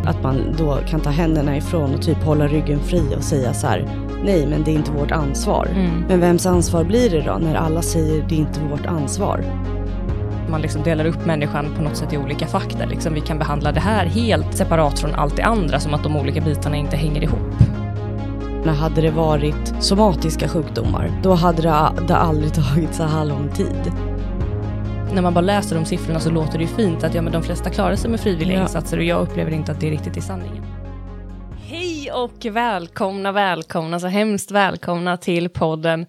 Att man då kan ta händerna ifrån och typ hålla ryggen fri och säga så här: nej, men det är inte vårt ansvar. Men vems ansvar blir det då när alla säger det är inte vårt ansvar? Man liksom delar upp människan på något sätt i olika fack där liksom vi kan behandla det här helt separat från allt det andra, som att de olika bitarna inte hänger ihop. När hade det varit somatiska sjukdomar, då hade det aldrig tagit så här lång tid. När man bara läser de siffrorna så låter det ju fint att men de flesta klarar sig med frivilliga insatser, och jag upplever inte att det är riktigt i sanningen. Hej och välkomna, så hemskt välkomna till podden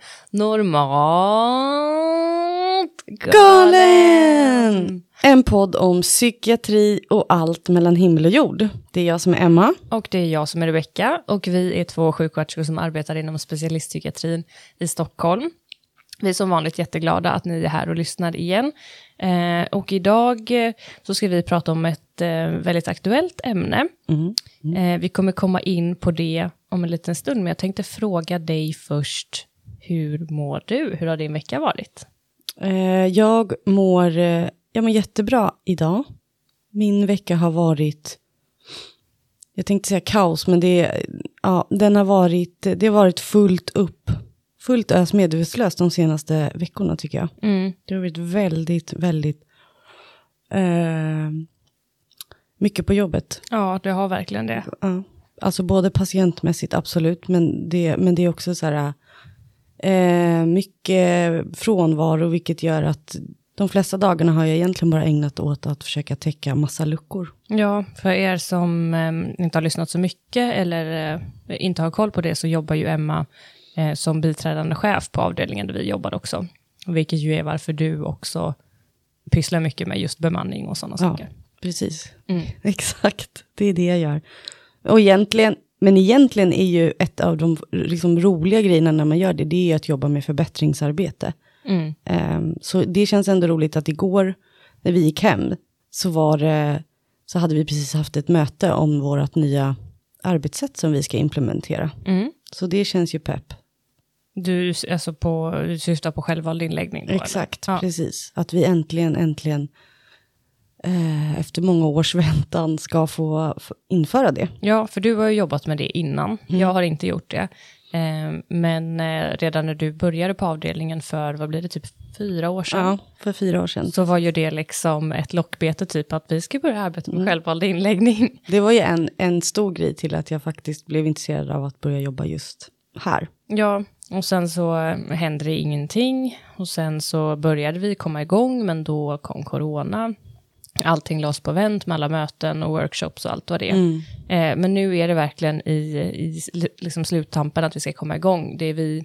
Normalt galen! En podd om psykiatri och allt mellan himmel och jord. Det är jag som är Emma. Och det är jag som är Rebecca. Och vi är 2 sjuksköterskor som arbetar inom specialistpsykiatrin i Stockholm. Vi är som vanligt jätteglada att ni är här och lyssnar igen. Och idag så ska vi prata om ett väldigt aktuellt ämne. Vi kommer komma in på det om en liten stund. Men jag tänkte fråga dig först. Hur mår du? Hur har din vecka varit? Jag mår jättebra idag. Min vecka har varit, jag tänkte säga kaos, men det har varit fullt ös medvetslöst de senaste veckorna, tycker jag. Det har varit väldigt, väldigt mycket på jobbet. Ja, det har verkligen det. Ja. Alltså både patientmässigt, absolut, men det är också så här mycket frånvaro, vilket gör att de flesta dagarna har jag egentligen bara ägnat åt att försöka täcka massa luckor. Ja, för er som inte har lyssnat så mycket eller inte har koll på det, så jobbar ju Emma som biträdande chef på avdelningen där vi jobbar också. Vilket ju är varför du också pysslar mycket med just bemanning och sådana saker. Precis. Exakt, det är det jag gör. Och egentligen är ju ett av de liksom roliga grejerna när man gör det, det är ju att jobba med förbättringsarbete. Så det känns ändå roligt att igår när vi gick hem så hade vi precis haft ett möte om vårt nya arbetssätt som vi ska implementera. Så det känns ju pepp. Du syftar på självvald inläggning då? Exakt, precis. Att vi äntligen efter många års väntan ska få införa det. Ja, för du har ju jobbat med det innan. Jag har inte gjort det. Men redan när du började på avdelningen för, vad blir det, typ 4 år sedan? Ja, för 4 år sedan. Så var ju det liksom ett lockbete, typ att vi ska börja arbeta med självvald inläggning. Det var ju en stor grej till att jag faktiskt blev intresserad av att börja jobba just här. Ja, och sen så hände det ingenting. Och sen så började vi komma igång, men då kom corona. Allting lades på vänt med alla möten och workshops och allt vad det är. Men nu är det verkligen i liksom sluttampen att vi ska komma igång. Det är vi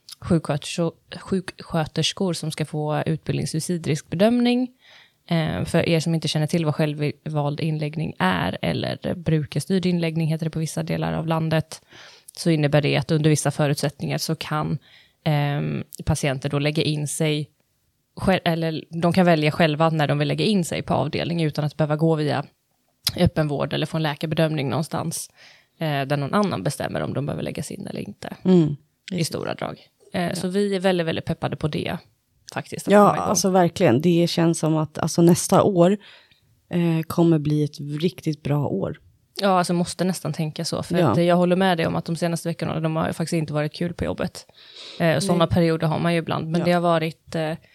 sjuksköterskor som ska få utbildningssuicidriskbedömning. För er som inte känner till vad självvald inläggning är, eller brukarstyrd inläggning heter det på vissa delar av landet, så innebär det att under vissa förutsättningar så kan patienter då lägga in sig, eller de kan välja själva när de vill lägga in sig på avdelning utan att behöva gå via öppenvård eller få en läkarbedömning någonstans där någon annan bestämmer om de behöver läggas in eller inte. I stora drag. Så vi är väldigt, väldigt peppade på det faktiskt. Ja, alltså verkligen. Det känns som att alltså, nästa år kommer bli ett riktigt bra år. Ja, alltså måste nästan tänka så. För att jag håller med dig om att de senaste veckorna de har faktiskt inte varit kul på jobbet. Sådana perioder har man ju ibland. Men det har varit...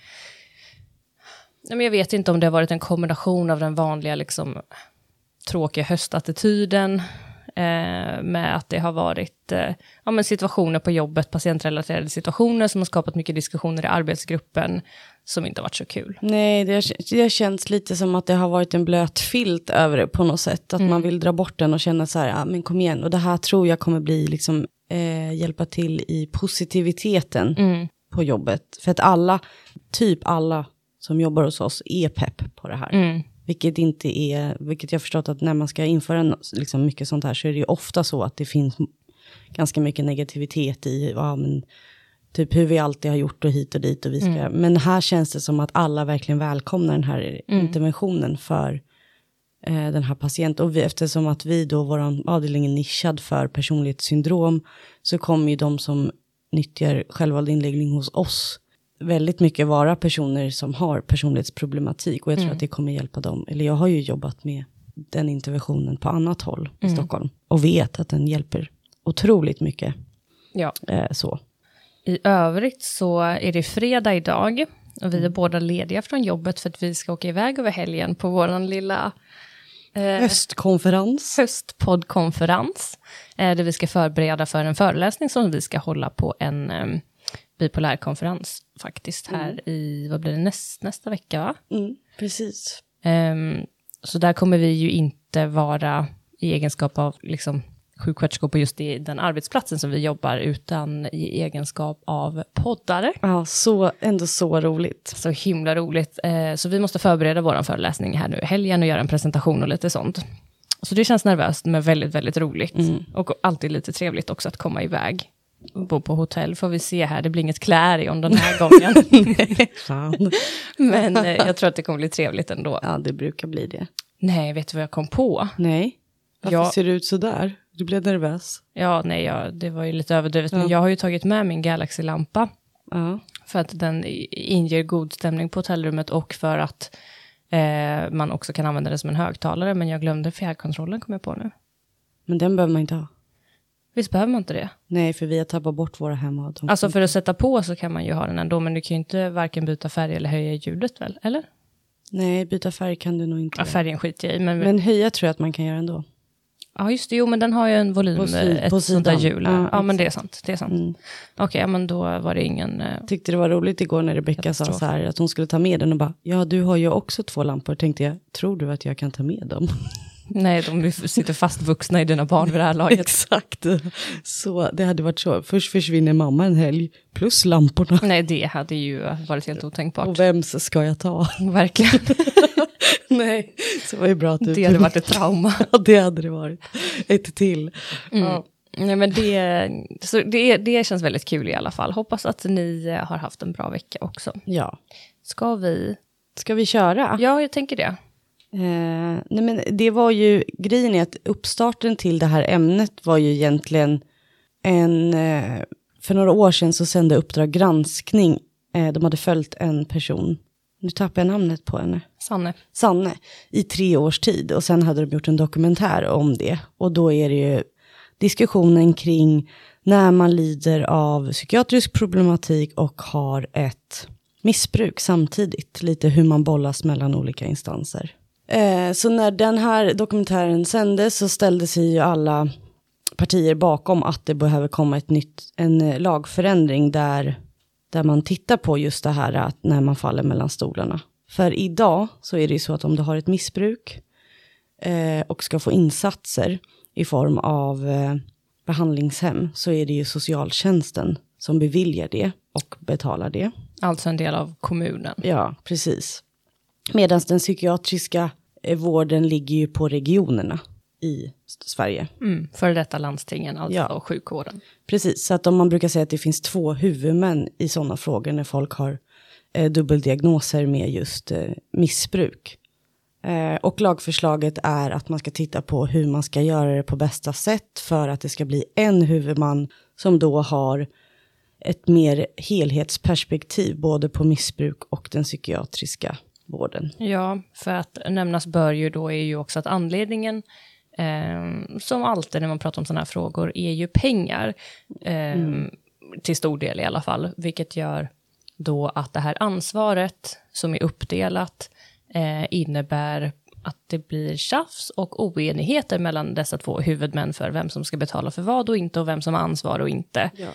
jag vet inte om det har varit en kombination av den vanliga liksom, tråkiga höstattityden med att det har varit situationer på jobbet, patientrelaterade situationer som har skapat mycket diskussioner i arbetsgruppen som inte har varit så kul. Nej, det känns lite som att det har varit en blöt filt över det på något sätt. Att man vill dra bort den och känna så här, men kom igen. Och det här tror jag kommer bli liksom, hjälpa till i positiviteten på jobbet. För att alla som jobbar hos oss är pepp på det här. Vilket jag har förstått att när man ska införa liksom mycket sånt här så är det ju ofta så att det finns ganska mycket negativitet i typ hur vi alltid har gjort och hit och dit och vi ska. Men här känns det som att alla verkligen välkomnar den här interventionen för den här patienten. Och eftersom att vi då, vår avdelning är nischad för personlighetssyndrom, så kommer ju de som nyttjar självvald inläggning hos oss väldigt mycket vara personer som har personlighetsproblematik. Och jag tror att det kommer hjälpa dem. Eller jag har ju jobbat med den interventionen på annat håll i Stockholm. Och vet att den hjälper otroligt mycket. Ja. Så. I övrigt så är det fredag idag. Och vi är båda lediga från jobbet för att vi ska åka iväg över helgen på våran lilla höstpoddkonferens. Där vi ska förbereda för en föreläsning som vi ska hålla på en bipolär konferens faktiskt här i, vad blir det, nästa vecka, va? Precis. Så där kommer vi ju inte vara i egenskap av liksom sjuksköterskor på just den arbetsplatsen som vi jobbar, utan i egenskap av poddare. Ja, ändå så roligt. Så himla roligt. Så vi måste förbereda vår föreläsning här nu i helgen och göra en presentation och lite sånt. Så det känns nervöst men väldigt, väldigt roligt. Och alltid lite trevligt också att komma iväg. Bo på hotell får vi se här. Det blir inget Clarion den här gången. Fan. Men jag tror att det kommer bli trevligt ändå. Ja, det brukar bli det. Nej, vet du vad jag kom på? Nej. Varför ser du ut så där? Du blev nervös. Ja, nej, det var ju lite överdrivet. Men jag har ju tagit med min Galaxy-lampa. För att den inger god stämning på hotellrummet och för att man också kan använda det som en högtalare. Men jag glömde fjärrkontrollen, kom jag på nu. Men den behöver man inte ha. Visst behöver man inte det? Nej, för vi har tappat bort våra hemma. Alltså för att sätta på så kan man ju ha den ändå. Men du kan ju inte varken byta färg eller höja ljudet väl? Eller? Nej, byta färg kan du nog inte. Ja, färgen skiter jag i. Men höja tror jag att man kan göra ändå. Ja, just det. Jo, men den har ju en volym, ett sånt där hjul. Ja, men det är sant. Okej, men då var det ingen... Tyckte det var roligt igår när Rebecca sa så här att hon skulle ta med den och bara, ja, du har ju också 2 lampor. Tänkte jag, tror du att jag kan ta med dem? Nej, de sitter fastvuxna i dina barn vid det här laget. Exakt. Så det hade varit så. Först försvinner mamma en helg plus lamporna. Nej, det hade ju varit helt otänkbart. Och vems ska jag ta? Verkligen. Nej, så var ju bra att du... Det hade varit ett trauma. Ja, det hade det varit. Ett till. Ja. Nej, men det känns väldigt kul i alla fall. Hoppas att ni har haft en bra vecka också. Ja. Ska vi köra? Ja, jag tänker det. Nej, men det var ju grejen är att uppstarten till det här ämnet var ju egentligen för några år sedan så sände Uppdrag granskning. De hade följt en person. Nu tappar jag namnet på henne. Sanne. I 3 års tid. Och sen hade de gjort en dokumentär om det. Och då är det ju diskussionen kring när man lider av psykiatrisk problematik och har ett missbruk samtidigt. Lite hur man bollas mellan olika instanser. Så när den här dokumentären sändes så ställde sig ju alla partier bakom att det behöver komma en lagförändring där man tittar på just det här att när man faller mellan stolarna. För idag så är det ju så att om du har ett missbruk och ska få insatser i form av behandlingshem så är det ju socialtjänsten som beviljar det och betalar det. Alltså en del av kommunen. Ja, precis. Medan den psykiatriska vården ligger ju på regionerna i Sverige. För detta landstingen, alltså sjukvården. Precis, så att om man brukar säga att det finns 2 huvudmän i sådana frågor när folk har dubbeldiagnoser med just missbruk. Och lagförslaget är att man ska titta på hur man ska göra det på bästa sätt för att det ska bli en huvudman som då har ett mer helhetsperspektiv både på missbruk och den psykiatriska vården. Ja, för att nämnas bör ju då är ju också att anledningen som alltid när man pratar om sådana här frågor är ju pengar till stor del i alla fall, vilket gör då att det här ansvaret som är uppdelat innebär att det blir tjafs och oenigheter mellan dessa 2 huvudmän för vem som ska betala för vad och inte och vem som har ansvar och inte. Ja.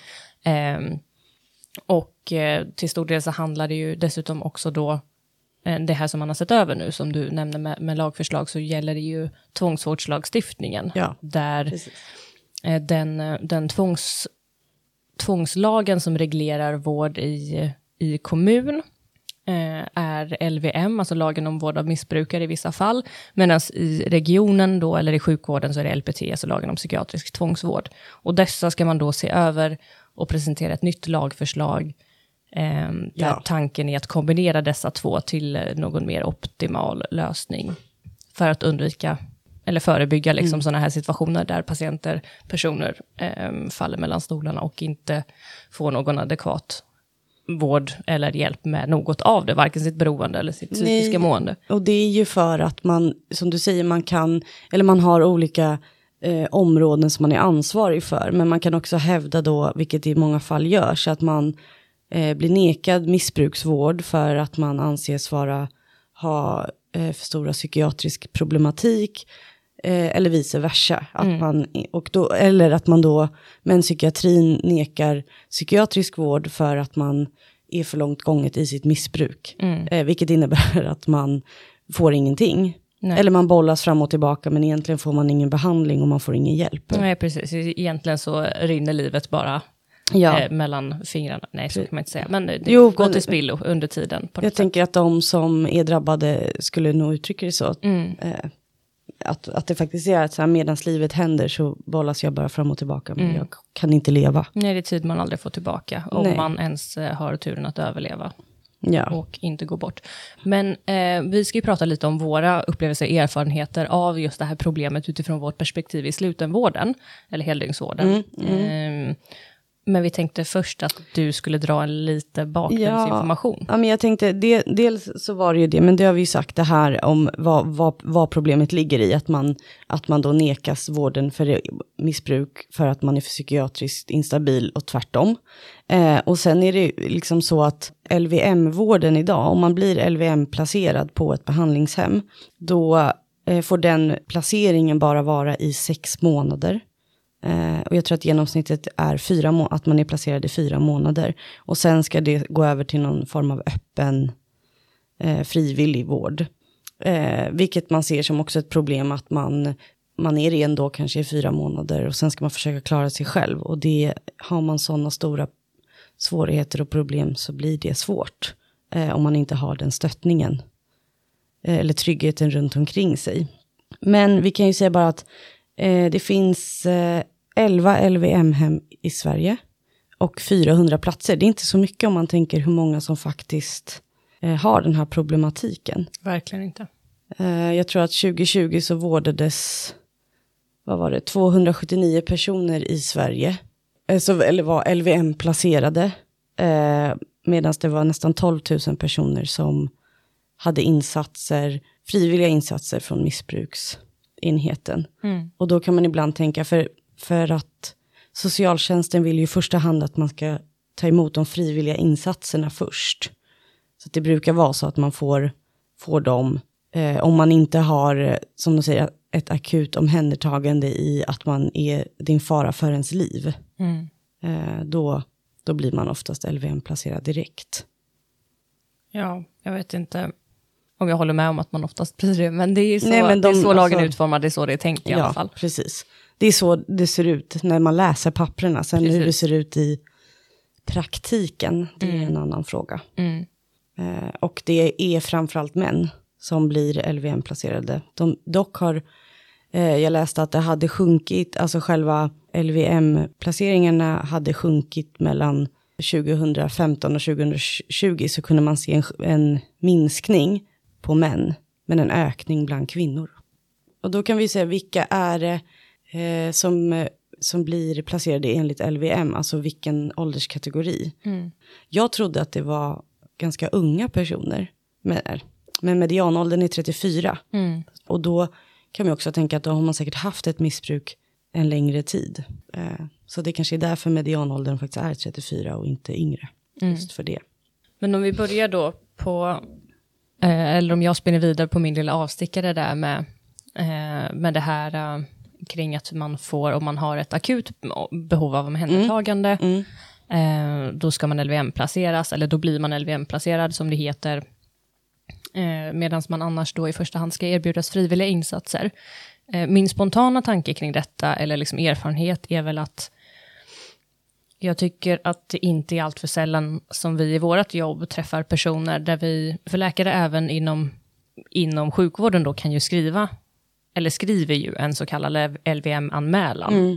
Och till stor del så handlar det ju dessutom också då det här som man har sett över nu som du nämnde med lagförslag så gäller det ju tvångsvårdslagstiftningen. Ja, där den tvångslagen som reglerar vård i kommun är LVM, alltså lagen om vård av missbrukare i vissa fall. Medan i regionen då, eller i sjukvården så är det LPT, alltså lagen om psykiatrisk tvångsvård. Och dessa ska man då se över och presentera ett nytt lagförslag där tanken är att kombinera dessa 2 till någon mer optimal lösning för att undvika eller förebygga liksom sådana här situationer där personer faller mellan stolarna och inte får någon adekvat vård eller hjälp med något av det, varken sitt beroende eller sitt psykiska mående. Och det är ju för att man, som du säger, man har olika områden som man är ansvarig för, men man kan också hävda då, vilket i många fall görs, att man blir nekad missbruksvård för att man anses ha för stora psykiatrisk problematik, eller vice versa. Eller att man då, men psykiatrin nekar psykiatrisk vård för att man är för långt gånget i sitt missbruk. Vilket innebär att man får ingenting. Nej. Eller man bollas fram och tillbaka, men egentligen får man ingen behandling och man får ingen hjälp. Nej, precis. Egentligen så rinner livet bara mellan fingrarna. Nej, så kan man inte säga. Men det går till spillo under tiden. Jag tänker att de som är drabbade skulle nog uttrycka det så. Att det faktiskt är att så här, medans livet händer så bollas jag bara fram och tillbaka. Men jag kan inte leva. Nej, det är tid man aldrig får tillbaka. Om man ens har turen att överleva. Ja. Och inte gå bort. Men vi ska ju prata lite om våra upplevelser och erfarenheter av just det här problemet utifrån vårt perspektiv i slutenvården. Eller heldygnsvården. Men vi tänkte först att du skulle dra en lite bakgrundsinformation. Ja, men jag tänkte, dels så var det ju det, men det har vi ju sagt det här om vad problemet ligger i. Att man då nekas vården för missbruk för att man är för psykiatriskt instabil och tvärtom. Och sen är det liksom så att LVM-vården idag, om man blir LVM-placerad på ett behandlingshem, då får den placeringen bara vara i 6 månader. Och jag tror att genomsnittet är att man är placerad i 4 månader. Och sen ska det gå över till någon form av öppen frivillig vård. Vilket man ser som också ett problem, att man är ren då kanske i 4 månader. Och sen ska man försöka klara sig själv. Och har man sådana stora svårigheter och problem så blir det svårt. Om man inte har den stöttningen. Eller tryggheten runt omkring sig. Men vi kan ju säga bara att det finns 11 LVM-hem i Sverige och 400 platser. Det är inte så mycket om man tänker hur många som faktiskt har den här problematiken. Verkligen inte. Jag tror att 2020 så vårdades 279 personer i Sverige. Eller var LVM-placerade. Medan det var nästan 12 000 personer som hade frivilliga insatser från missbruksenheten. Och då kan man ibland tänka, för att socialtjänsten vill ju i första hand att man ska ta emot de frivilliga insatserna först. Så att det brukar vara så att man får dem, om man inte har, som de säger, ett akut omhändertagande i att man är din fara för ens liv. Då blir man oftast LVM-placerad direkt. Ja, jag vet inte om jag håller med om att man oftast blir det, men det är så, så lagen är utformad, det är så det är tänkt i alla fall. Ja, precis. Det är så det ser ut när man läser papperna. Sen hur det ser ut i praktiken, det är en annan fråga. Och det är framförallt män som blir LVM-placerade. Dock har jag läst att det hade sjunkit, alltså själva LVM-placeringarna hade sjunkit mellan 2015 och 2020, så kunde man se en minskning på män, men en ökning bland kvinnor. Och då kan vi säga, vilka är det som blir placerade enligt LVM, alltså vilken ålderskategori. Jag trodde att det var ganska unga personer, men medianåldern är 34. Och då kan man också tänka att då har man säkert haft ett missbruk en längre tid. Så det kanske är därför medianåldern faktiskt är 34 och inte yngre. Just för det. Men om vi börjar då på, eller om jag spinner vidare på min lilla avstickare där med det här kring att man får, om man har ett akut behov av omhändertagande, då ska man LVM-placeras, eller då blir man LVM-placerad som det heter, medan man annars då i första hand ska erbjudas frivilliga insatser. Min spontana tanke kring detta, eller liksom erfarenhet, är väl att jag tycker att det inte är allt för sällan som vi i vårt jobb träffar personer där vi, för läkare även inom sjukvården då, kan ju skriver ju en så kallad LVM-anmälan.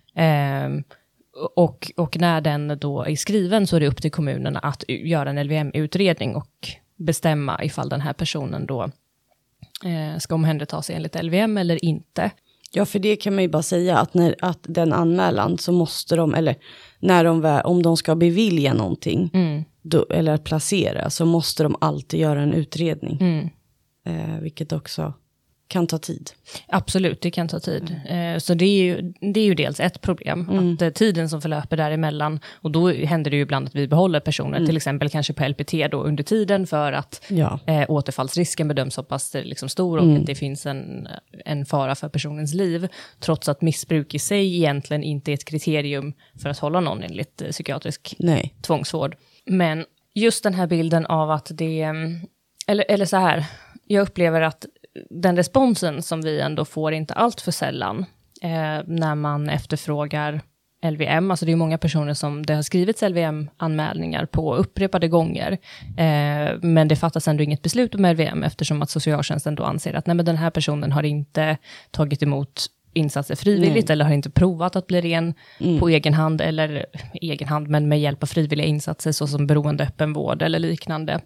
Och när den då är skriven så är det upp till kommunerna att göra en LVM-utredning och bestämma ifall den här personen då ska omhändertas enligt LVM eller inte. Ja, för det kan man ju bara säga att den anmälan så måste de, eller om de ska bevilja någonting, eller att placera, så måste de alltid göra en utredning. Vilket också kan ta tid. Absolut, det kan ta tid. Så det är ju dels ett problem. Att tiden som förlöper däremellan, och då händer det ju ibland att vi behåller personer, till exempel kanske på LPT då under tiden, för att återfallsrisken bedöms så pass liksom stor och att det finns en fara för personens liv, trots att missbruk i sig egentligen inte är ett kriterium för att hålla någon enligt psykiatrisk tvångsvård. Men just den här bilden av att det, eller så här, jag upplever att den responsen som vi ändå får inte allt för sällan när man efterfrågar LVM, alltså det är många personer som det har skrivits LVM-anmälningar på upprepade gånger, men det fattas ändå inget beslut om LVM, eftersom att socialtjänsten då anser att nej, men den här personen har inte tagit emot insatser frivilligt eller har inte provat att bli ren på egen hand, men med hjälp av frivilliga insatser såsom beroendeöppenvård eller liknande.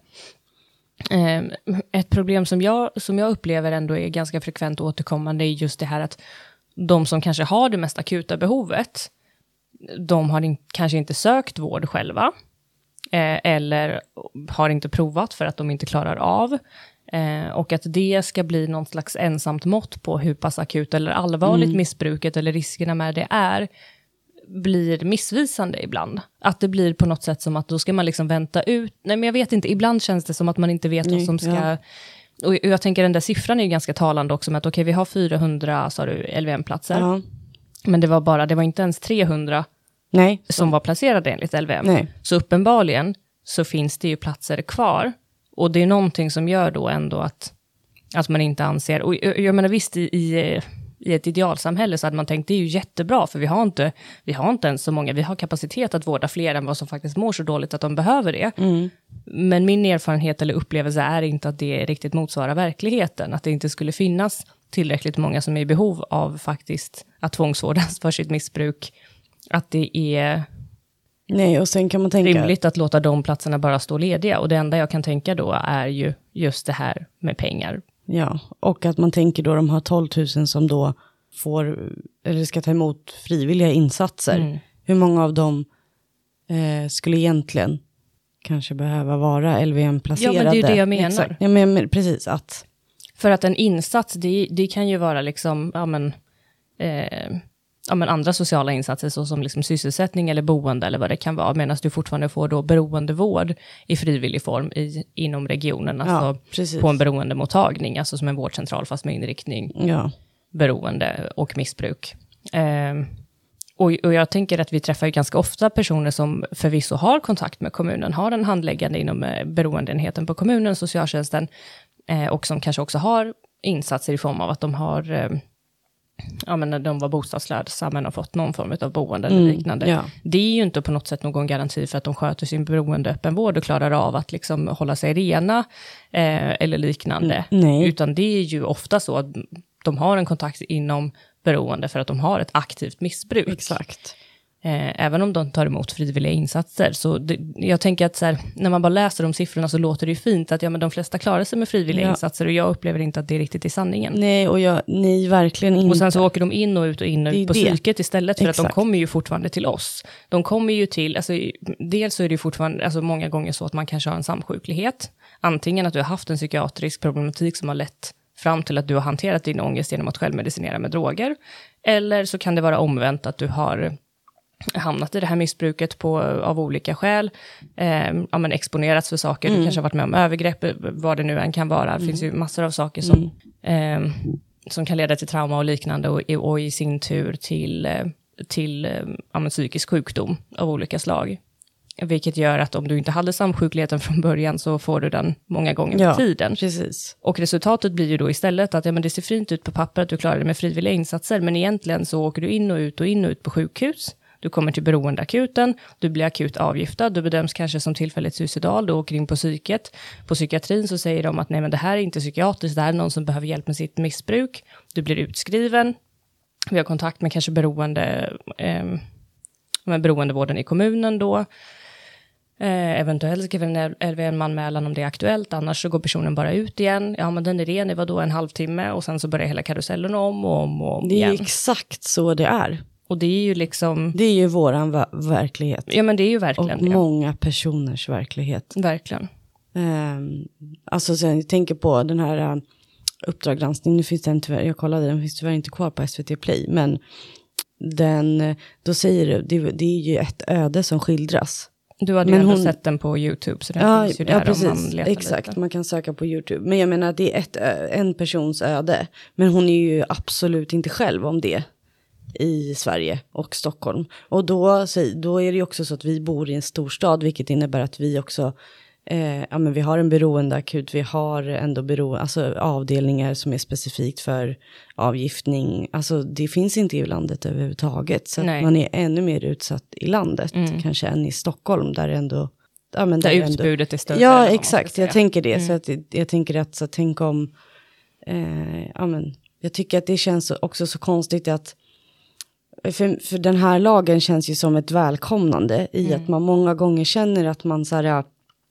Ett problem som jag upplever ändå är ganska frekvent återkommande är just det här att de som kanske har det mest akuta behovet, de har kanske inte sökt vård själva eller har inte provat för att de inte klarar av, och att det ska bli någon slags ensamt mått på hur pass akut eller allvarligt missbruket eller riskerna med det är, blir missvisande ibland. Att det blir på något sätt som att då ska man liksom vänta ut. Nej, men jag vet inte, ibland känns det som att man inte vet vad som ska... Och jag tänker den där siffran är ju ganska talande också, med att okej, vi har 400, sa du, LVM-platser. Men det var inte ens 300 som var placerade enligt LVM. Så uppenbarligen så finns det ju platser kvar. Och det är någonting som gör då ändå att man inte anser... Och jag menar visst, i ett idealsamhälle så hade man tänkt det är ju jättebra, för vi har inte ens så många, vi har kapacitet att vårda fler än vad som faktiskt mår så dåligt att de behöver det. Men min erfarenhet eller upplevelse är inte att det riktigt motsvarar verkligheten, att det inte skulle finnas tillräckligt många som är i behov av faktiskt att tvångsvårdas för sitt missbruk, att det är och sen kan man tänka rimligt att låta de platserna bara stå lediga, och det enda jag kan tänka då är ju just det här med pengar. Ja, och att man tänker då de har 12 000 som då får, eller ska ta emot frivilliga insatser. Hur många av dem skulle egentligen kanske behöva vara LVM-placerade? Ja, men det är ju det jag menar. Exakt. Ja, men precis att... För att en insats, det kan ju vara liksom, andra sociala insatser såsom liksom sysselsättning eller boende eller vad det kan vara, medan du fortfarande får då beroendevård i frivillig form inom regionen, alltså på en beroendemottagning, alltså som en vårdcentral fast med inriktning beroende och missbruk. Och jag tänker att vi träffar ju ganska ofta personer som förvisso har kontakt med kommunen, har en handläggande inom beroendeenheten på kommunen, socialtjänsten, och som kanske också har insatser i form av att de har när de var bostadslösa men har fått någon form av boende eller liknande. Det är ju inte på något sätt någon garanti för att de sköter sin beroendeöppenvård och klarar av att liksom hålla sig rena eller liknande. Utan det är ju ofta så att de har en kontakt inom beroende för att de har ett aktivt missbruk. Exakt. Även om de tar emot frivilliga insatser. Så jag tänker att så här, när man bara läser de siffrorna så låter det ju fint att men de flesta klarar sig med frivilliga insatser, och jag upplever inte att det är riktigt i sanningen. Nej, och ni verkligen inte. Och sen så åker de in och ut på psyket istället, för att de kommer ju fortfarande till oss. De kommer ju till, alltså dels så är det ju fortfarande, alltså många gånger så att man kanske har en samsjuklighet. Antingen att du har haft en psykiatrisk problematik som har lett fram till att du har hanterat din ångest genom att självmedicinera med droger. Eller så kan det vara omvänt, att du har hamnat i det här missbruket av olika skäl, exponerats för saker, du kanske har varit med om övergrepp, vad det nu än kan vara. Det finns ju massor av saker som kan leda till trauma och liknande, och i sin tur till psykisk sjukdom av olika slag. Vilket gör att om du inte hade samsjukligheten från början så får du den många gånger med tiden. Precis. Och resultatet blir ju då istället att det ser fint ut på papper att du klarar det med frivilliga insatser, men egentligen så åker du in och ut på sjukhus. Du kommer till beroendeakuten, du blir akut avgiftad, du bedöms kanske som tillfälligt suicidal, du åker in på psyket. På psykiatrin så säger de att nej, men det här är inte psykiatriskt, det här är någon som behöver hjälp med sitt missbruk. Du blir utskriven, vi har kontakt med kanske beroendevården i kommunen då. Eventuellt skriver en LVM-anmälan om det är aktuellt, annars så går personen bara ut igen. Ja, men den är ren i en halvtimme, och sen så börjar hela karusellen om och om det igen. Det är exakt så det är. Och det är ju liksom... Det är ju våran verklighet. Ja, men det är ju verkligen och många personers verklighet. Verkligen. Alltså sen jag tänker på den här Uppdrag granskning, nu finns den tyvärr, jag kollade, den finns tyvärr inte kvar på SVT Play, men då säger det är ju ett öde som skildras. Du hade ju ändå sett den på YouTube, så den finns ju där precis, om man letar exakt, lite. Man kan söka på YouTube. Men jag menar att det är en persons öde, men hon är ju absolut inte själv om det i Sverige och Stockholm. Och då är det ju också så att vi bor i en storstad, vilket innebär att vi också men vi har en beroendeakut, vi har ändå alltså avdelningar som är specifikt för avgiftning. Alltså det finns inte i landet överhuvudtaget, så att man är ännu mer utsatt i landet kanske än i Stockholm, där ändå där utbudet är större. Ja, exakt, jag tänker det. Så att jag tänker att så tänk om jag tycker att det känns också så konstigt att för den här lagen känns ju som ett välkomnande i att man många gånger känner att man så här,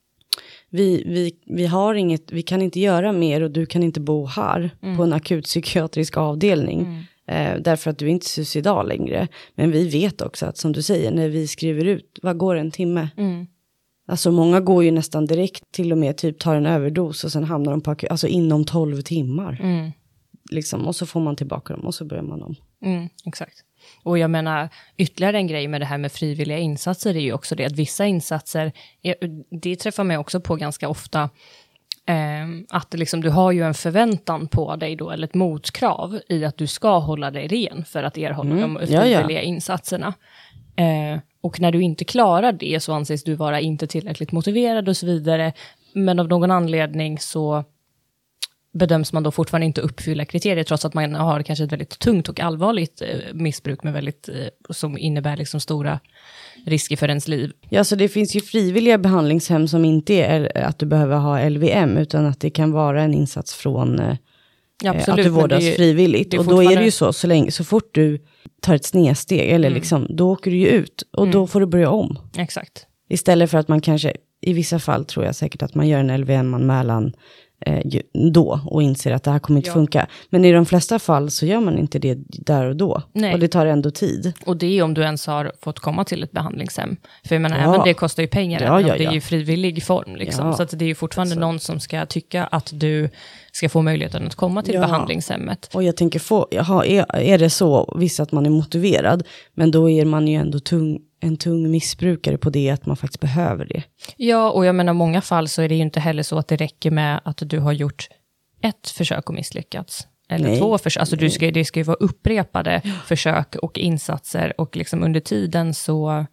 vi har inget, vi kan inte göra mer och du kan inte bo här på en akut psykiatrisk avdelning därför att du är inte suicidal längre. Men vi vet också att, som du säger, när vi skriver ut, vad går en timme? Alltså många går ju nästan direkt, till och med typ tar en överdos och sen hamnar de på alltså inom 12 timmar. Liksom, och så får man tillbaka dem och så börjar man om. Exakt. Och jag menar, ytterligare en grej med det här med frivilliga insatser är ju också det att vissa insatser, det träffar mig också på ganska ofta, att liksom, du har ju en förväntan på dig då, eller ett motkrav i att du ska hålla dig ren för att erhålla de frivilliga insatserna. Och när du inte klarar det så anses du vara inte tillräckligt motiverad och så vidare, men av någon anledning så bedöms man då fortfarande inte uppfylla kriterier, trots att man har kanske ett väldigt tungt och allvarligt missbruk med väldigt, som innebär liksom stora risker för ens liv. Ja, så det finns ju frivilliga behandlingshem som inte är att du behöver ha LVM, utan att det kan vara en insats från att du vårdas frivilligt. Och då är det ju så fort du tar ett snedsteg eller liksom, då åker du ju ut och då får du börja om. Exakt. Istället för att man kanske, i vissa fall tror jag säkert att man gör en LVM-anmälan då och inser att det här kommer inte funka. Men i de flesta fall så gör man inte det där och då. Nej. Och det tar ändå tid. Och det är om du ens har fått komma till ett behandlingshem. För jag menar, även det kostar ju pengar. Det är ju frivillig form. Liksom. Så att det är ju fortfarande någon som ska tycka att du ska få möjligheten att komma till behandlingshemmet. Och jag tänker, är det så, visst att man är motiverad, men då är man ju ändå en tung missbrukare på det, att man faktiskt behöver det. Ja, och jag menar, många fall så är det ju inte heller så att det räcker med att du har gjort ett försök och misslyckats. Eller 2 försök. Alltså det ska ju vara upprepade försök och insatser, och liksom under tiden så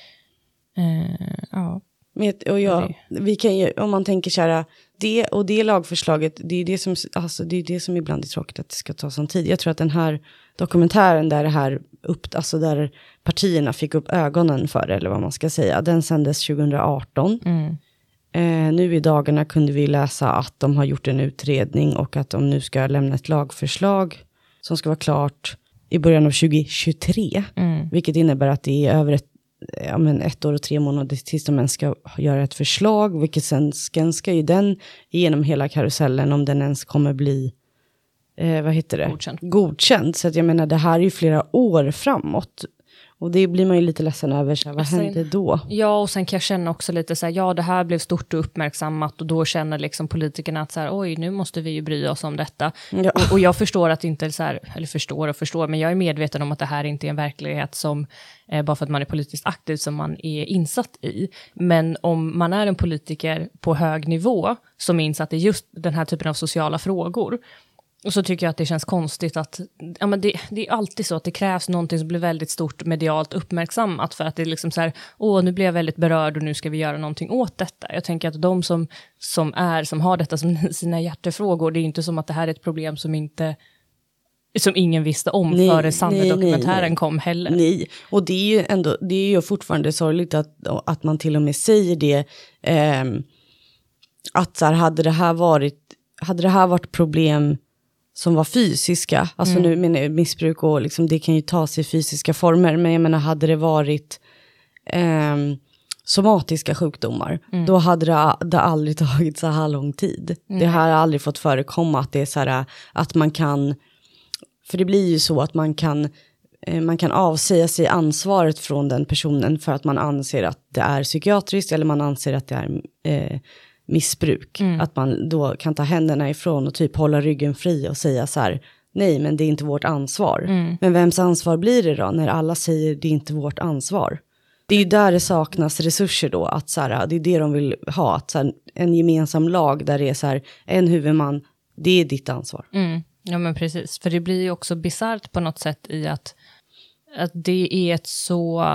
vi kan ju, om man tänker så här, det lagförslaget, det är det som ibland är tråkigt att det ska ta sån tid. Jag tror att den här dokumentären där partierna fick upp ögonen för, eller vad man ska säga, den sändes 2018. Nu i dagarna kunde vi läsa att de har gjort en utredning och att de nu ska lämna ett lagförslag som ska vara klart i början av 2023. Vilket innebär att det är över ett år och 3 månader tills de ens ska göra ett förslag, vilket sen ska ju den igenom hela karusellen om den ens kommer bli godkänd. Så att jag menar, det här är ju flera år framåt. Och det blir man ju lite ledsen över, så här, vad hände då? Ja, och sen kan jag känna också lite så här, det här blev stort och uppmärksammat, och då känner liksom politikerna att så här, oj, nu måste vi ju bry oss om detta. Ja. Och jag förstår att inte så här, eller förstår, men jag är medveten om att det här inte är en verklighet som, bara för att man är politiskt aktiv, som man är insatt i. Men om man är en politiker på hög nivå som är insatt i just den här typen av sociala frågor, och så tycker jag att det känns konstigt att det är alltid så att det krävs någonting som blir väldigt stort medialt uppmärksammat, för att det är liksom så här, nu blir jag väldigt berörd och nu ska vi göra någonting åt detta. Jag tänker att de som har detta som sina hjärtefrågor, det är inte som att det här är ett problem som ingen visste om före Sandler-dokumentären kom heller. Nej, och det är ju fortfarande sorgligt att man till och med säger det, att så här, hade det här varit problem som var fysiska, alltså nu menar jag missbruk och liksom, det kan ju ta sig fysiska former, men jag menar, hade det varit somatiska sjukdomar, då hade det aldrig tagit så här lång tid. Det här har aldrig fått förekomma, att det är så här, att man kan, för det blir ju så att man kan man kan avsäga sig ansvaret från den personen för att man anser att det är psykiatriskt eller man anser att det är missbruk. Att man då kan ta händerna ifrån och typ hålla ryggen fri och säga så här, nej men det är inte vårt ansvar. Men vems ansvar blir det då när alla säger det är inte vårt ansvar? Det är ju där det saknas resurser då, att så här, det är det de vill ha, att så här, en gemensam lag där det är så här, en huvudman, det är ditt ansvar. Ja men precis, för det blir ju också bizarrt på något sätt i att det är ett så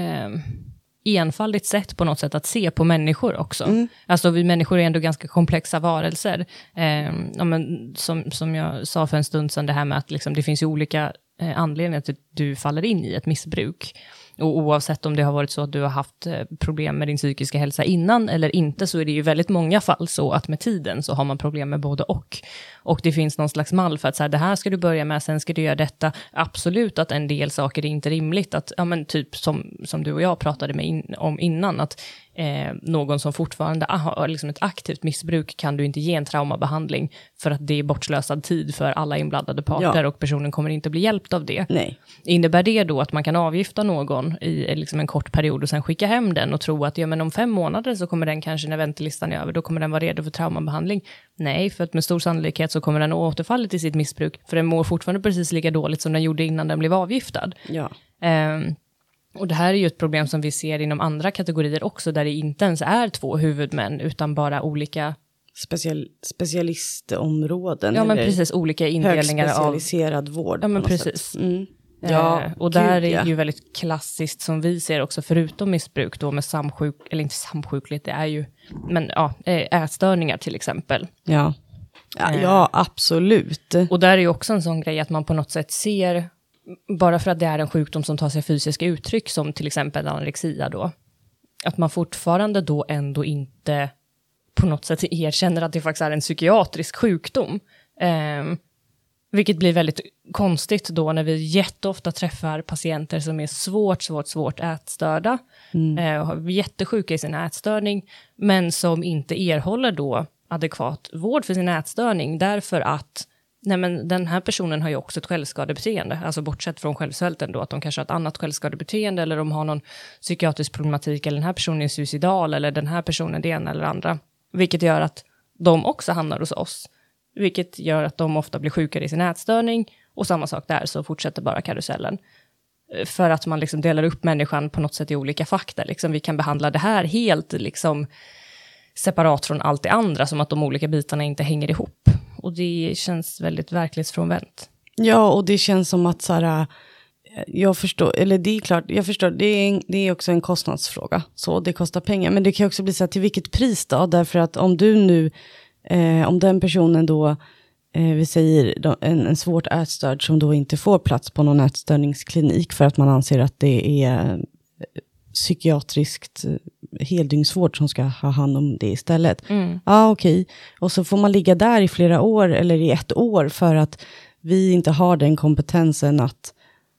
enfaldigt sätt på något sätt att se på människor också. Alltså vi människor är ändå ganska komplexa varelser. Ja, men som jag sa för en stund sedan, det här med att liksom, det finns ju olika anledningar till att du faller in i ett missbruk. Och oavsett om det har varit så att du har haft problem med din psykiska hälsa innan eller inte, så är det ju väldigt många fall så att med tiden så har man problem med både och. Och det finns någon slags mall för att så här, det här ska du börja med, sen ska du göra detta. Absolut att en del saker är inte rimligt. Att, ja, men typ som du och jag pratade om innan, att någon som fortfarande har liksom ett aktivt missbruk kan du inte ge en traumabehandling för att det är bortslösad tid för alla inblandade parter och personen kommer inte bli hjälpt av det. Nej. Innebär det då att man kan avgifta någon i liksom en kort period och sen skicka hem den och tro att ja, men om 5 månader så kommer den kanske, när väntelistan är över, då kommer den vara redo för traumabehandling? Nej, för att med stor sannolikhet så kommer den återfalla till sitt missbruk, för den mår fortfarande precis lika dåligt som den gjorde innan den blev avgiftad. Ja. Och det här är ju ett problem som vi ser inom andra kategorier också, där det inte ens är 2 huvudmän utan bara olika specialistområden. Ja men precis, olika indelningar av högspecialiserad vård. Ja men precis. Ja, och där är ju väldigt klassiskt som vi ser också, förutom missbruk då med eller inte samsjuklighet, det är ju, men ja, ätstörningar till exempel. Ja, ja absolut. Och där är ju också en sån grej att man på något sätt ser, bara för att det är en sjukdom som tar sig fysiska uttryck som till exempel anorexia då, att man fortfarande då ändå inte på något sätt erkänner att det faktiskt är en psykiatrisk sjukdom. Vilket blir väldigt konstigt då när vi jätteofta träffar patienter som är svårt ätstörda. Har jättesjuka i sin ätstörning, men som inte erhåller då adekvat vård för sin ätstörning därför att nej men den här personen har ju också ett självskadebeteende, alltså bortsett från självsvälten då, att de kanske har ett annat självskadebeteende eller de har någon psykiatrisk problematik, eller den här personen är suicidal, eller den här personen det ena eller andra, vilket gör att de också hamnar hos oss, vilket gör att de ofta blir sjukare i sin ätstörning, och samma sak där, så fortsätter bara karusellen. För att man liksom delar upp människan på något sätt i olika fack där, liksom vi kan behandla det här helt liksom separat från allt det andra, som att de olika bitarna inte hänger ihop. Och det känns väldigt verklighetsfrånvänt. Ja, och det känns som att så här, jag förstår, eller det är klart, jag förstår, det är också en kostnadsfråga. Så det kostar pengar, men det kan också bli så här, till vilket pris då? Därför att om du nu, om den personen då, vi säger en svårt ätstörd som då inte får plats på någon ätstörningsklinik för att man anser att det är psykiatriskt heldygnsvård som ska ha hand om det istället. Ja, okej. Och så får man ligga där i flera år eller i 1 år för att vi inte har den kompetensen att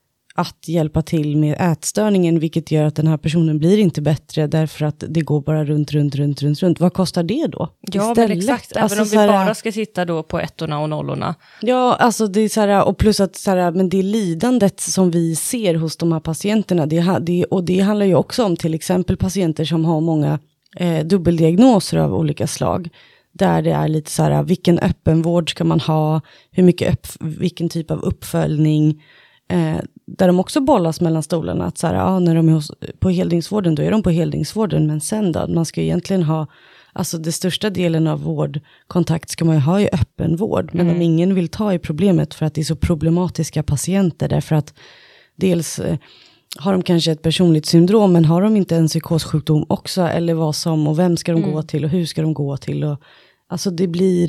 hjälpa till med ätstörningen, vilket gör att den här personen blir inte bättre därför att det går bara runt. Vad kostar det då? Ja, men exakt. Även alltså, om vi bara ska sitta då på 1:orna och 0:orna. Ja, alltså det är så här, och plus att så här, men det lidandet som vi ser hos de här patienterna, det handlar ju också om till exempel patienter som har många dubbeldiagnoser av olika slag. Där det är lite så här, vilken öppenvård ska man ha? Hur mycket vilken typ av uppföljning? Där de också bollas mellan stolarna. Att så här, ja, när de är på heldygnsvården, då är de på heldygnsvården. Men sen då, man ska egentligen ha, alltså det största delen av vårdkontakt ska man ju ha i öppenvård. Men om ingen vill ta i problemet för att det är så problematiska patienter. Därför att dels har de kanske ett personligt syndrom, men har de inte en psykossjukdom också? Eller vad som, och vem ska de gå till och hur ska de gå till? Och, alltså då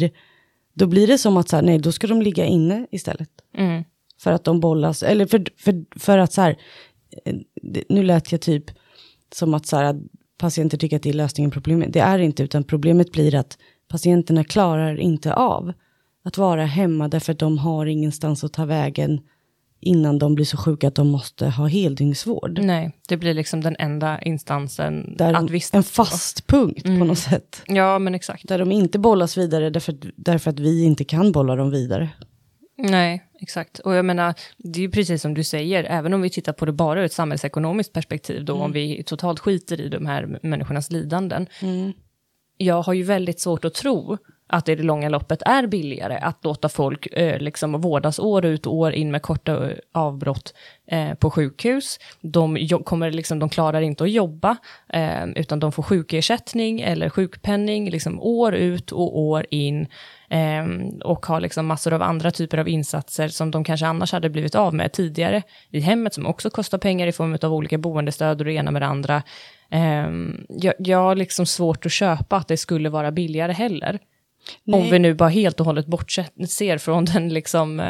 blir det som att så här, nej, då ska de ligga inne istället. För att de bollas, eller för att så här, nu lät jag typ som att så här, patienter tycker att det är lösningen på problemet. Det är inte, utan problemet blir att patienterna klarar inte av att vara hemma därför att de har ingenstans att ta vägen innan de blir så sjuka att de måste ha heldygnsvård. Nej, det blir liksom den enda instansen där att vistas en fast punkt på något sätt. Ja, men exakt. Där de inte bollas vidare därför att vi inte kan bolla dem vidare. Nej, exakt. Och jag menar, det är ju precis som du säger, även om vi tittar på det bara ur ett samhällsekonomiskt perspektiv då, om vi totalt skiter i de här människornas lidanden. Jag har ju väldigt svårt att tro att det i det långa loppet är billigare att låta folk liksom vårdas år ut och år in med korta avbrott på sjukhus. De klarar inte att jobba, utan de får sjukersättning eller sjukpenning liksom år ut och år in, och har liksom massor av andra typer av insatser som de kanske annars hade blivit av med tidigare i hemmet, som också kostar pengar i form av olika boendestöd och det ena med det andra. Jag har liksom svårt att köpa att det skulle vara billigare heller. Nej. Om vi nu bara helt och hållet bortser från den liksom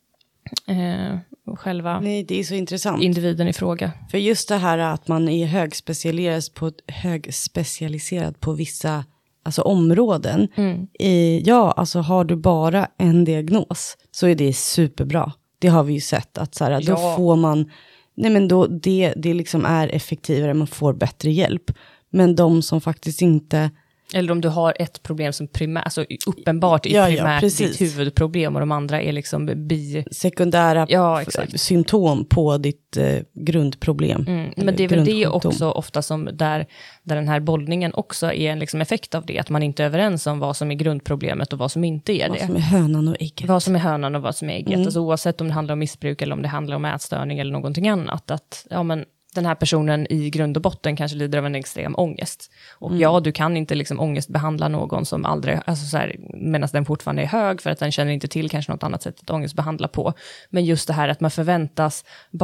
själva. Nej, det är så intressant. Individen i fråga. För just det här att man är högspecialiserad på vissa alltså områden. Alltså har du bara en diagnos så är det superbra. Det har vi ju sett att så här, då får man, det liksom är effektivare, man får bättre hjälp. Men de som faktiskt inte... Eller om du har ett problem som alltså uppenbart är primärt ditt huvudproblem och de andra är liksom sekundära symptom på ditt grundproblem. Men det är väl det också ofta som där den här bollningen också är en liksom effekt av det, att man inte är överens om vad som är grundproblemet och vad som inte är det. Vad som är hönan och ägget. Vad som är hönan och vad som är ägget. Alltså oavsett om det handlar om missbruk eller om det handlar om ätstörning eller någonting annat. Att den här personen i grund och botten kanske lider av en extrem ångest. Och du kan inte liksom ångestbehandla någon som aldrig, alltså så här, medan den fortfarande är hög, för att den känner inte till kanske något annat sätt att ångestbehandla på. Men just det här att man förväntas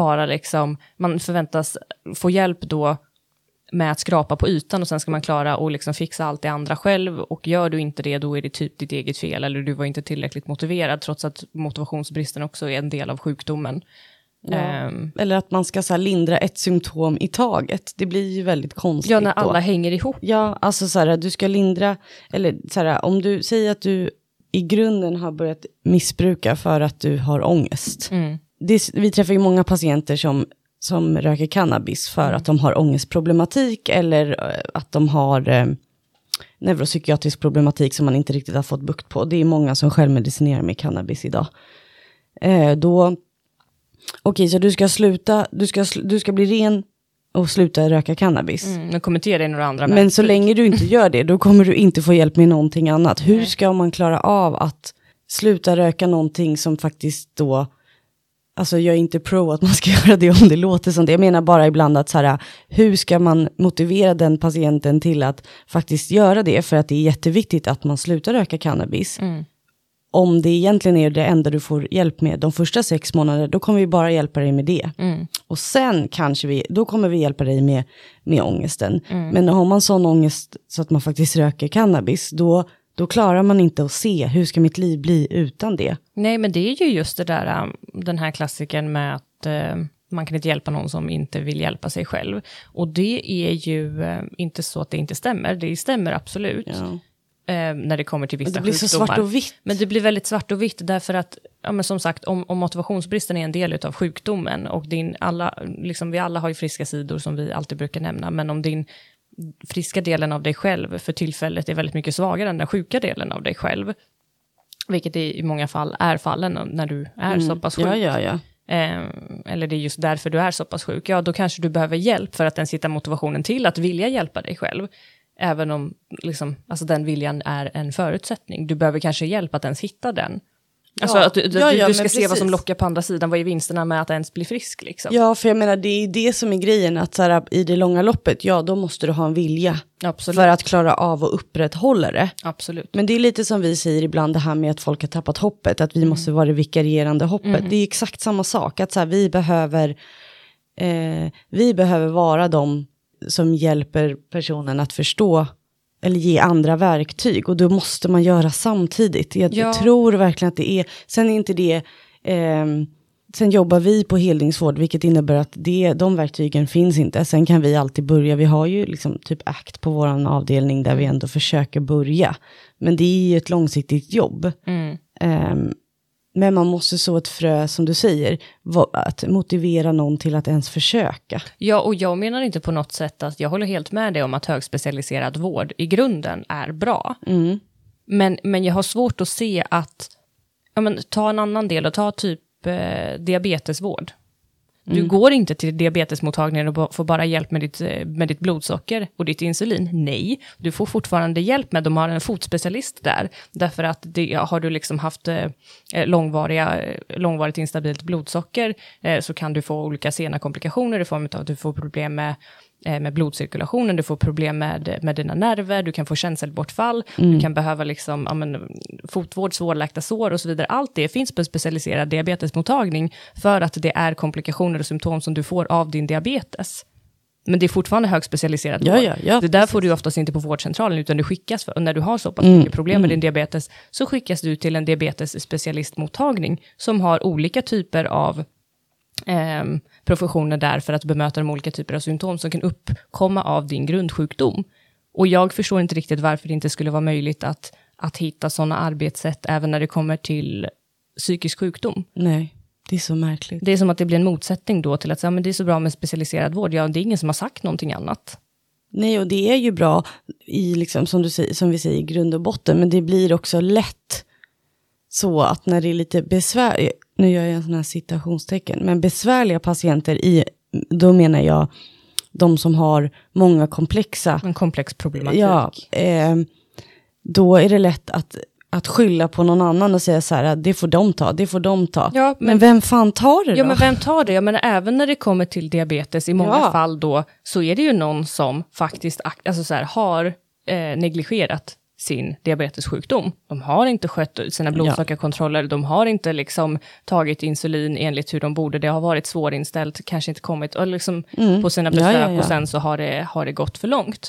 få hjälp då med att skrapa på ytan, och sen ska man klara och liksom fixa allt det andra själv, och gör du inte det, då är det typ ditt eget fel, eller du var inte tillräckligt motiverad, trots att motivationsbristen också är en del av sjukdomen. Ja. Eller att man ska så här lindra ett symptom i taget. Det blir ju väldigt konstigt. Ja, när alla hänger ihop. Ja, alltså så här, du ska lindra, eller så här, om du säger att du i grunden har börjat missbruka för att du har ångest. Vi träffar ju många patienter som röker cannabis för att de har ångestproblematik, eller att de har neuropsykiatrisk problematik som man inte riktigt har fått bukt på. Det är många som självmedicinerar med cannabis idag. Okej, så du ska bli ren och sluta röka cannabis. Men kommentera i några andra. Men så länge du inte gör det, då kommer du inte få hjälp med någonting annat. Hur ska man klara av att sluta röka någonting som faktiskt då... Alltså jag är inte pro att man ska göra det om det låter som det. Jag menar bara ibland att så här, hur ska man motivera den patienten till att faktiskt göra det? För att det är jätteviktigt att man slutar röka cannabis. Om det egentligen är det enda du får hjälp med de första 6 månaderna, då kommer vi bara hjälpa dig med det. Och sen då kommer vi hjälpa dig med ångesten. Men har man sån ångest så att man faktiskt röker cannabis, då klarar man inte att se hur ska mitt liv bli utan det. Nej, men det är ju just det där, den här klassiken med att man kan inte hjälpa någon som inte vill hjälpa sig själv. Och det är ju inte så att det inte stämmer. Det stämmer absolut. Ja. När det kommer till vissa sjukdomar. Det blir så svart och vitt. Men det blir väldigt svart och vitt därför att, men som sagt, om motivationsbristen är en del av sjukdomen, och vi alla har ju friska sidor som vi alltid brukar nämna, men om din friska delen av dig själv för tillfället är väldigt mycket svagare än den sjuka delen av dig själv, vilket i många fall är fallen när du är så pass sjuk. Ja. Eller det är just därför du är så pass sjuk. Ja, då kanske du behöver hjälp för att den sitter motivationen till att vilja hjälpa dig själv. Även om den viljan är en förutsättning. Du behöver kanske hjälp att ens hitta den. Alltså att du ska se vad som lockar på andra sidan. Vad är vinsterna med att ens bli frisk? Liksom? Ja, för jag menar, det är det som är grejen. Att så här, i det långa loppet, då måste du ha en vilja. Absolut. För att klara av att upprätthålla det. Absolut. Men det är lite som vi säger ibland, det här med att folk har tappat hoppet. Att vi måste vara det vikarierande hoppet. Det är exakt samma sak. Att så här, vi behöver vara de som hjälper personen att förstå eller ge andra verktyg, och då måste man göra samtidigt. Jag tror verkligen att det är, sen är inte det, sen jobbar vi på helningsvård, vilket innebär att de verktygen finns inte. Sen kan vi alltid börja, vi har ju liksom typ ACT på våran avdelning där vi ändå försöker börja. Men det är ju ett långsiktigt jobb. Men man måste så ett frö, som du säger, att motivera någon till att ens försöka. Ja, och jag menar inte på något sätt att jag håller helt med dig om att högspecialiserad vård i grunden är bra. Men jag har svårt att se att, ta en annan del och ta typ diabetesvård. Du går inte till diabetesmottagningen och får bara hjälp med ditt blodsocker och ditt insulin. Nej, du får fortfarande hjälp med, de har en fotspecialist där. Därför att har du liksom haft långvarigt instabilt blodsocker så kan du få olika sena komplikationer i form av att du får problem med blodcirkulationen, du får problem med dina nerver, du kan få känselbortfall, du kan behöva fotvård, svårläkta sår och så vidare. Allt det finns på en specialiserad diabetesmottagning för att det är komplikationer och symptom som du får av din diabetes. Men det är fortfarande högspecialiserad vård. Ja, det där får du oftast inte på vårdcentralen, utan du skickas, när du har så pass mycket problem med din diabetes, så skickas du till en diabetesspecialistmottagning som har olika typer av professioner där för att bemöta de olika typer av symptom som kan uppkomma av din grundsjukdom. Och jag förstår inte riktigt varför det inte skulle vara möjligt att hitta sådana arbetssätt även när det kommer till psykisk sjukdom. Nej, det är så märkligt. Det är som att det blir en motsättning då till att säga, men det är så bra med specialiserad vård. Ja, det är ingen som har sagt någonting annat. Nej, och det är ju bra i liksom, som vi säger, i grund och botten, men det blir också lätt så att när det är lite besvär, nu gör jag en sån här citationstecken, men besvärliga patienter då menar jag de som har många en komplex problematik. Ja, då är det lätt att skylla på någon annan och säga så här, det får de ta. Ja, men vem fan tar det då? Ja, men vem tar det? Jag menar, även när det kommer till diabetes, i många fall då, så är det ju någon som faktiskt har negligerat sin diabetessjukdom. De har inte skött sina blodsockerkontroller, de har inte liksom tagit insulin enligt hur de borde. Det har varit svårinställt, kanske inte kommit och liksom på sina besök och sen så har det gått för långt.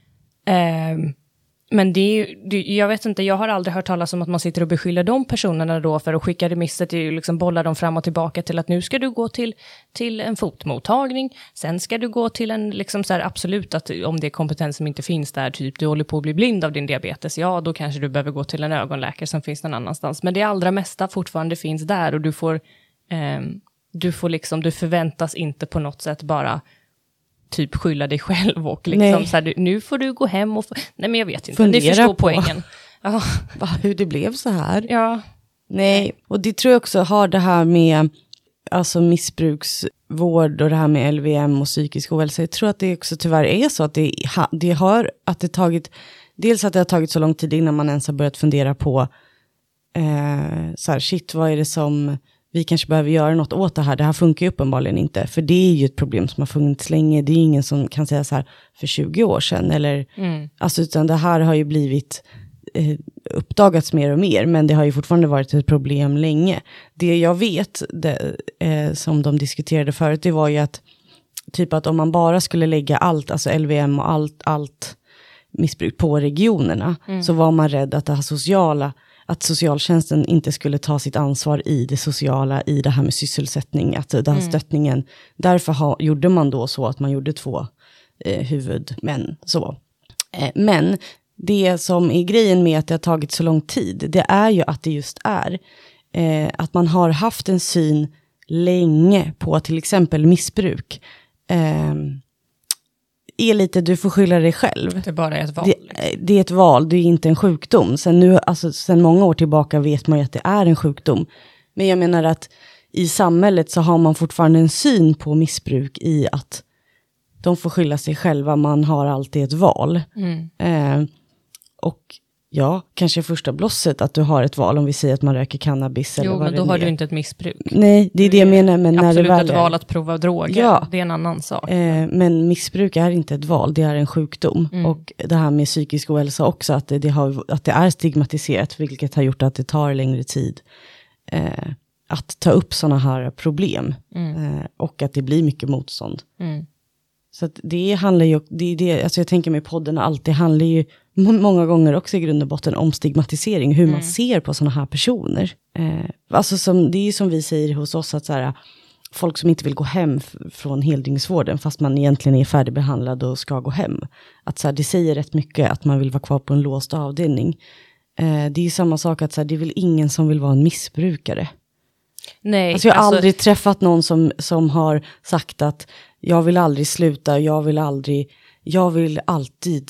Men jag vet inte, jag har aldrig hört talas om att man sitter och beskyller de personerna då för att skicka remisser till, liksom bolla dem fram och tillbaka till att nu ska du gå till en fotmottagning, sen ska du gå till en liksom så här, absolut att om det är kompetens som inte finns där, typ du håller på att bli blind av din diabetes, ja då kanske du behöver gå till en ögonläkare som finns någon annanstans, men det allra mesta fortfarande finns där och du förväntas inte på något sätt bara typ skylla dig själv och liksom så här, nu får du gå hem och nej, men jag vet inte, fundera, ni förstår poängen. Ja. Hur det blev så här. Ja. Nej, och det tror jag också har det här med alltså missbruksvård och det här med LVM och psykisk ohälsa. Jag tror att det också tyvärr är så att det har tagit så lång tid innan man ens har börjat fundera på så här, shit, vad är det som vi kanske behöver göra något åt det här. Det här funkar ju uppenbarligen inte. För det är ju ett problem som har funnits länge. Det är ingen som kan säga så här för 20 år sedan. Eller, alltså, utan det här har ju blivit uppdagats mer och mer. Men det har ju fortfarande varit ett problem länge. Det jag vet, som de diskuterade förut, det var ju att typ att om man bara skulle lägga allt, alltså LVM och allt missbruk på regionerna, så var man rädd att det här att socialtjänsten inte skulle ta sitt ansvar i det sociala, i det här med sysselsättning, att den här stöttningen, därför gjorde man då så att man gjorde 2 huvudmän. Så. Men det som är grejen med att det har tagit så lång tid, det är ju att det just är att man har haft en syn länge på till exempel missbruk. Är lite, du får skylla dig själv. Det är bara ett val. Det är ett val, det är inte en sjukdom. Sen många år tillbaka vet man ju att det är en sjukdom. Men jag menar att i samhället så har man fortfarande en syn på missbruk i att de får skylla sig själva, man har alltid ett val. Och ja, kanske första blosset att du har ett val om vi säger att man röker cannabis. Jo, eller vad men då har du inte ett missbruk. Nej, det är det jag menar. Men när absolut det väl ett val att prova droger, det är en annan sak. Men missbruk är inte ett val, det är en sjukdom. Och det här med psykisk ohälsa också, att det är stigmatiserat, vilket har gjort att det tar längre tid att ta upp sådana här problem. Och att det blir mycket motstånd. Så att det handlar ju, alltså jag tänker mig podden alltid handlar ju många gånger också i grund och botten om stigmatisering, hur man ser på sådana här personer. Alltså det är ju som vi säger hos oss, att så här, folk som inte vill gå hem från heldygnsvården fast man egentligen är färdigbehandlad och ska gå hem. Att så här, det säger rätt mycket att man vill vara kvar på en låst avdelning. Det är ju samma sak att så här, det är väl ingen som vill vara en missbrukare. Nej, alltså jag har aldrig träffat någon som har sagt att jag vill aldrig sluta, jag vill alltid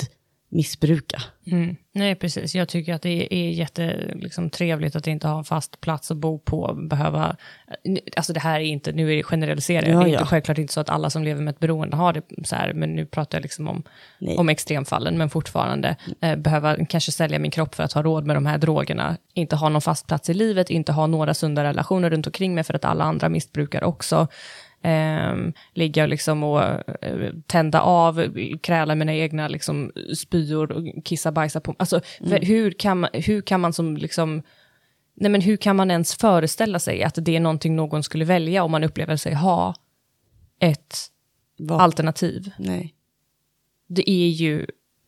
missbruka. Nej, precis. Jag tycker att det är jättetrevligt att inte ha en fast plats att bo på. Alltså det här är inte, nu är det generaliserat. Det är inte, självklart inte så att alla som lever med ett beroende har det så här. Men nu pratar jag liksom om extremfallen. Men fortfarande behöva kanske sälja min kropp för att ha råd med de här drogerna. Inte ha någon fast plats i livet. Inte ha några sunda relationer runt omkring mig för att alla andra missbrukar också. Ligga liksom och tända av, kräla mina egna liksom spyor och kissa bajsa på. Alltså hur kan man som liksom, nej men hur kan man ens föreställa sig att det är någonting någon skulle välja om man upplever sig ha ett alternativ? Nej. Det är ju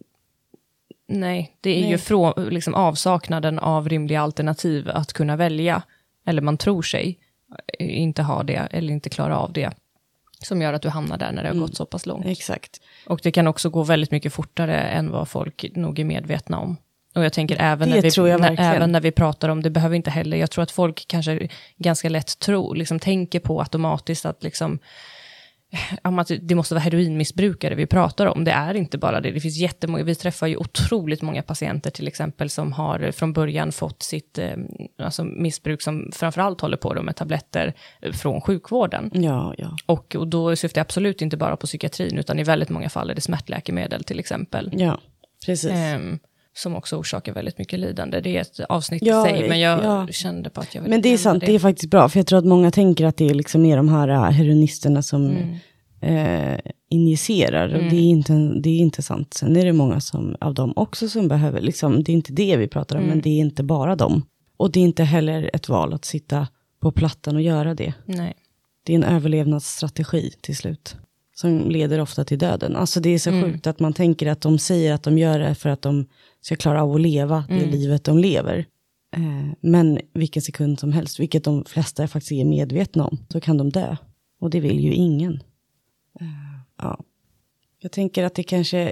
ju från liksom avsaknaden av rimliga alternativ att kunna välja, eller man tror sig inte ha det eller inte klara av det, som gör att du hamnar där när det har gått så pass långt. Exakt. Och det kan också gå väldigt mycket fortare än vad folk nog är medvetna om. Och jag tänker även när vi pratar om det, behöver inte heller, jag tror att folk kanske ganska lätt tänker på automatiskt att liksom om att det måste vara heroinmissbrukare vi pratar om. Det är inte bara det. Det finns jättemånga, vi träffar ju otroligt många patienter till exempel som har från början fått sitt missbruk som framförallt håller på med tabletter från sjukvården. Ja. Och då syftar jag absolut inte bara på psykiatrin, utan i väldigt många fall är det smärtläkemedel till exempel. Ja, precis. Som också orsakar väldigt mycket lidande. Det är ett avsnitt i sig, men jag kände på att jag ville. Men det är sant, det är faktiskt bra. För jag tror att många tänker att det är liksom mer de här heroinisterna som injicerar. Och det är inte sant. Sen är det många av dem också som behöver, liksom, det är inte det vi pratar om, men det är inte bara dem. Och det är inte heller ett val att sitta på plattan och göra det. Nej. Det är en överlevnadsstrategi till slut. Som leder ofta till döden. Alltså det är så sjukt att man tänker att de säger att de gör det för att de ska klara av att leva det livet de lever. Men vilken sekund som helst, vilket de flesta faktiskt är medvetna om, så kan de dö. Och det vill ju ingen. Ja. Jag tänker att det kanske,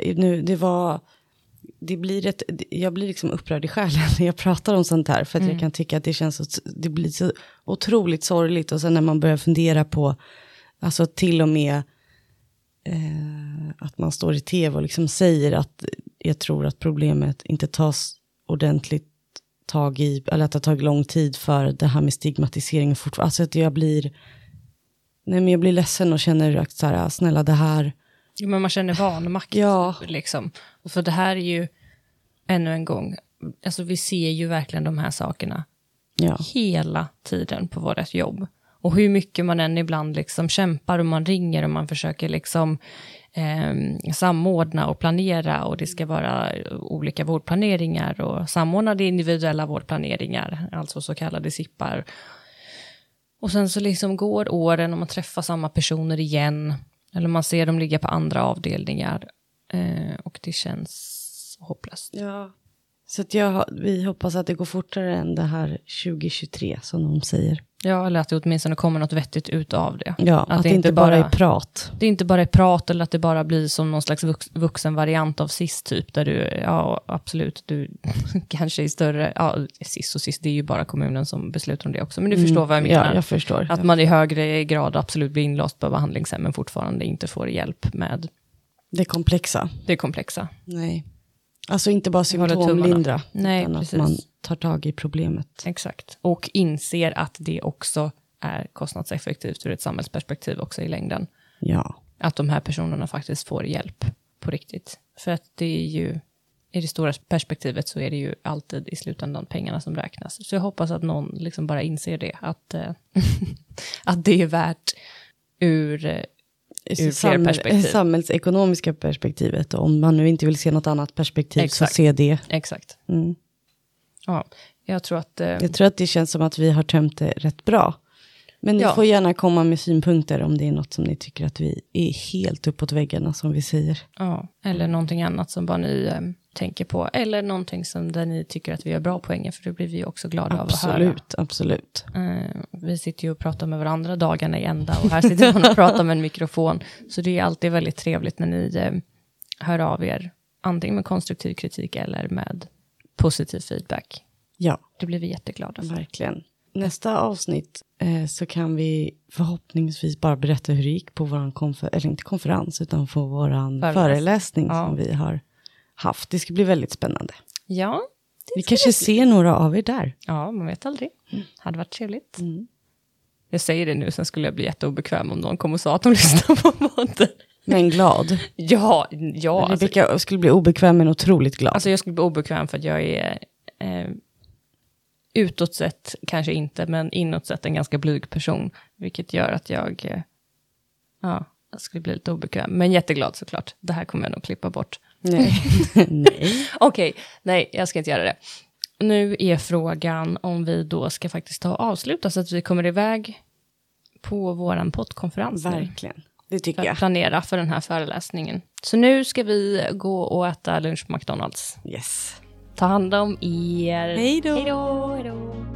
jag blir liksom upprörd i själen när jag pratar om sånt här. För att jag kan tycka att det blir så otroligt sorgligt. Och sen när man börjar fundera på, alltså till och med att man står i tv och liksom säger att jag tror att problemet inte tas ordentligt tag i, eller att det har tagit lång tid för det här med stigmatiseringen fortfarande. Alltså att jag blir ledsen och känner att så här, snälla det här. Jo, men man känner vanmakt. Ja. Liksom. Och för det här är ju ännu en gång, alltså vi ser ju verkligen de här sakerna hela tiden på vårt jobb. Och hur mycket man än ibland liksom kämpar och man ringer och man försöker liksom samordna och planera, och det ska vara olika vårdplaneringar och samordnade individuella vårdplaneringar, alltså så kallade SIPPar. Och sen så liksom går åren och man träffar samma personer igen, eller man ser dem ligga på andra avdelningar, och det känns hopplöst. Ja. Så att vi hoppas att det går fortare än det här 2023 som de säger. Ja, eller att det åtminstone kommer något vettigt ut av det. Ja, att det inte bara är prat. Det är inte bara är prat, eller att det bara blir som någon slags vuxen variant av SIS typ. Där du, ja absolut, du kanske är större, ja SIS och SIS, det är ju bara kommunen som beslutar om det också. Men du förstår vad jag menar. Ja, jag förstår. Att man i högre grad absolut blir inlåst på behandlingshem, men fortfarande inte får hjälp med det komplexa. Nej. Alltså inte bara symptomlindra. Nej, utan precis. Att man tar tag i problemet. Exakt. Och inser att det också är kostnadseffektivt ur ett samhällsperspektiv också i längden. Ja. Att de här personerna faktiskt får hjälp på riktigt. För att det är ju, i det stora perspektivet så är det ju alltid i slutändan pengarna som räknas. Så jag hoppas att någon liksom bara inser det. Att, att det är värt ur fler perspektiv. Samhällsekonomiska perspektivet. Och om man nu inte vill se något annat perspektiv. Exakt. Så se det. Exakt. Mm. Ja, jag tror att det känns som att vi har tömt det rätt bra. Men ni får gärna komma med synpunkter om det är något som ni tycker att vi är helt uppåt väggarna som vi säger. Ja, eller någonting annat som bara ni tänker på. Eller någonting som där ni tycker att vi har bra poänger, för det blir vi också glada av att höra. Absolut. Vi sitter ju och pratar med varandra dagarna i ända, och här sitter man och pratar med en mikrofon. Så det är alltid väldigt trevligt när ni hör av er, antingen med konstruktiv kritik eller med positiv feedback. Ja. Det blir vi jätteglada för. Verkligen. Nästa avsnitt så kan vi förhoppningsvis bara berätta hur det gick på våran eller inte konferens, utan på våran föreläsning som vi har haft. Det ska bli väldigt spännande. Ja. Vi kanske ser några av er där. Ja, man vet aldrig. Hade varit trevligt. Jag säger det nu, sen skulle jag bli jätteobekväm om någon kommer och sa att de lyssnar på podden. Men glad. Ja. Rebecka skulle bli obekväm men otroligt glad. Alltså jag skulle bli obekväm för att jag är utåt sett kanske inte, men inåt sett en ganska blyg person. Vilket gör att jag skulle bli lite obekväm. Men jätteglad såklart. Det här kommer jag nog klippa bort. Nej. Nej. Okej, nej, jag ska inte göra det. Nu är frågan om vi då ska faktiskt ta och avsluta så att vi kommer iväg på våran poddkonferens. Verkligen, det tycker jag. Planera för den här föreläsningen. Så nu ska vi gå och äta lunch på McDonald's. Yes. Ta hand om er. Hej då. Hej då.